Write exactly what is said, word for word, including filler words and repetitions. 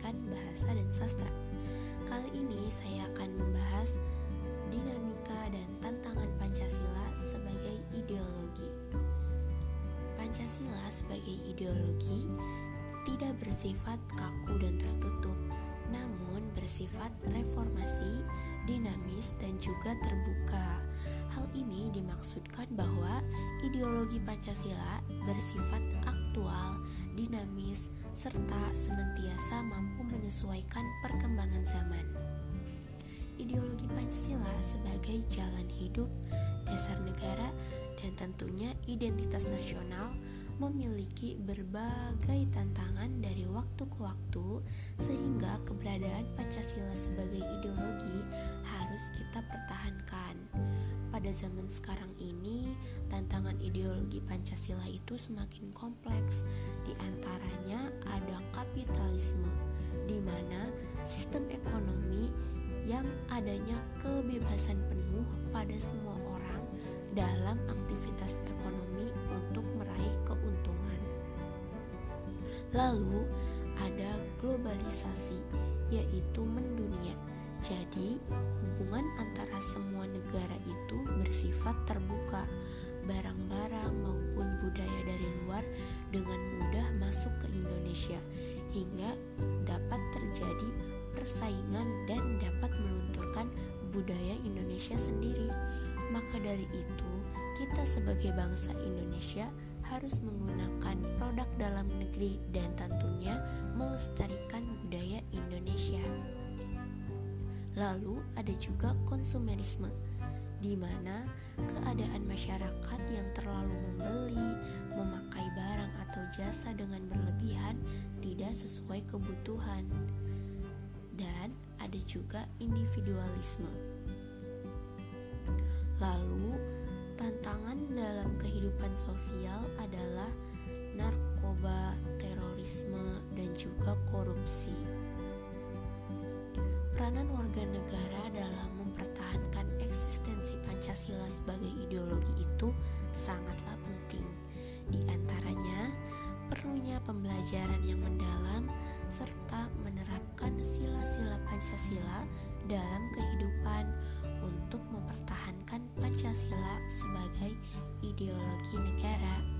Pendidikan, Bahasa, dan Sastra. Kali ini saya akan membahas dinamika dan tantangan Pancasila sebagai ideologi. Pancasila sebagai ideologi tidak bersifat kaku dan tertutup, namun bersifat reformasi, dinamis, dan juga terbuka. Hal ini dimaksudkan bahwa ideologi Pancasila bersifat aktual, dinamis, serta senantiasa mampu menyesuaikan perkembangan zaman. Ideologi Pancasila sebagai jalan hidup, dasar negara, dan tentunya identitas nasional memiliki berbagai tantangan dari waktu ke waktu, sehingga keberadaan Pancasila sebagai ideologi harus kita pertahankan. Pada zaman sekarang ini, tantangan ideologi Pancasila itu semakin kompleks. Di antaranya ada kapitalisme, di mana sistem ekonomi yang adanya kebebasan penuh pada semua orang dalam aktivitas ekonomi untuk meraih keuntungan. Lalu ada globalisasi, yaitu mendunia. Jadi hubungan antara semua negara itu bersifat terbuka. Barang-barang maupun budaya dari luar dengan mudah masuk ke Indonesia, hingga dapat terjadi persaingan dan dapat melunturkan budaya Indonesia sendiri. Maka dari itu, kita sebagai bangsa Indonesia harus menggunakan produk dalam negeri dan tentunya melestarikan budaya Indonesia. Lalu ada juga konsumerisme, di mana keadaan masyarakat yang terlalu membeli, memakai barang atau jasa dengan berlebihan tidak sesuai kebutuhan. Dan ada juga individualisme. Lalu, tantangan dalam kehidupan sosial adalah narkoba, terorisme, dan juga korupsi. Peranan warga negara dalam mempertahankan eksistensi Pancasila sebagai ideologi itu sangatlah penting. Di antaranya, perlunya pembelajaran yang mendalam serta menerapkan sila-sila Pancasila dalam kehidupan untuk mempertahankan Pancasila sebagai ideologi negara.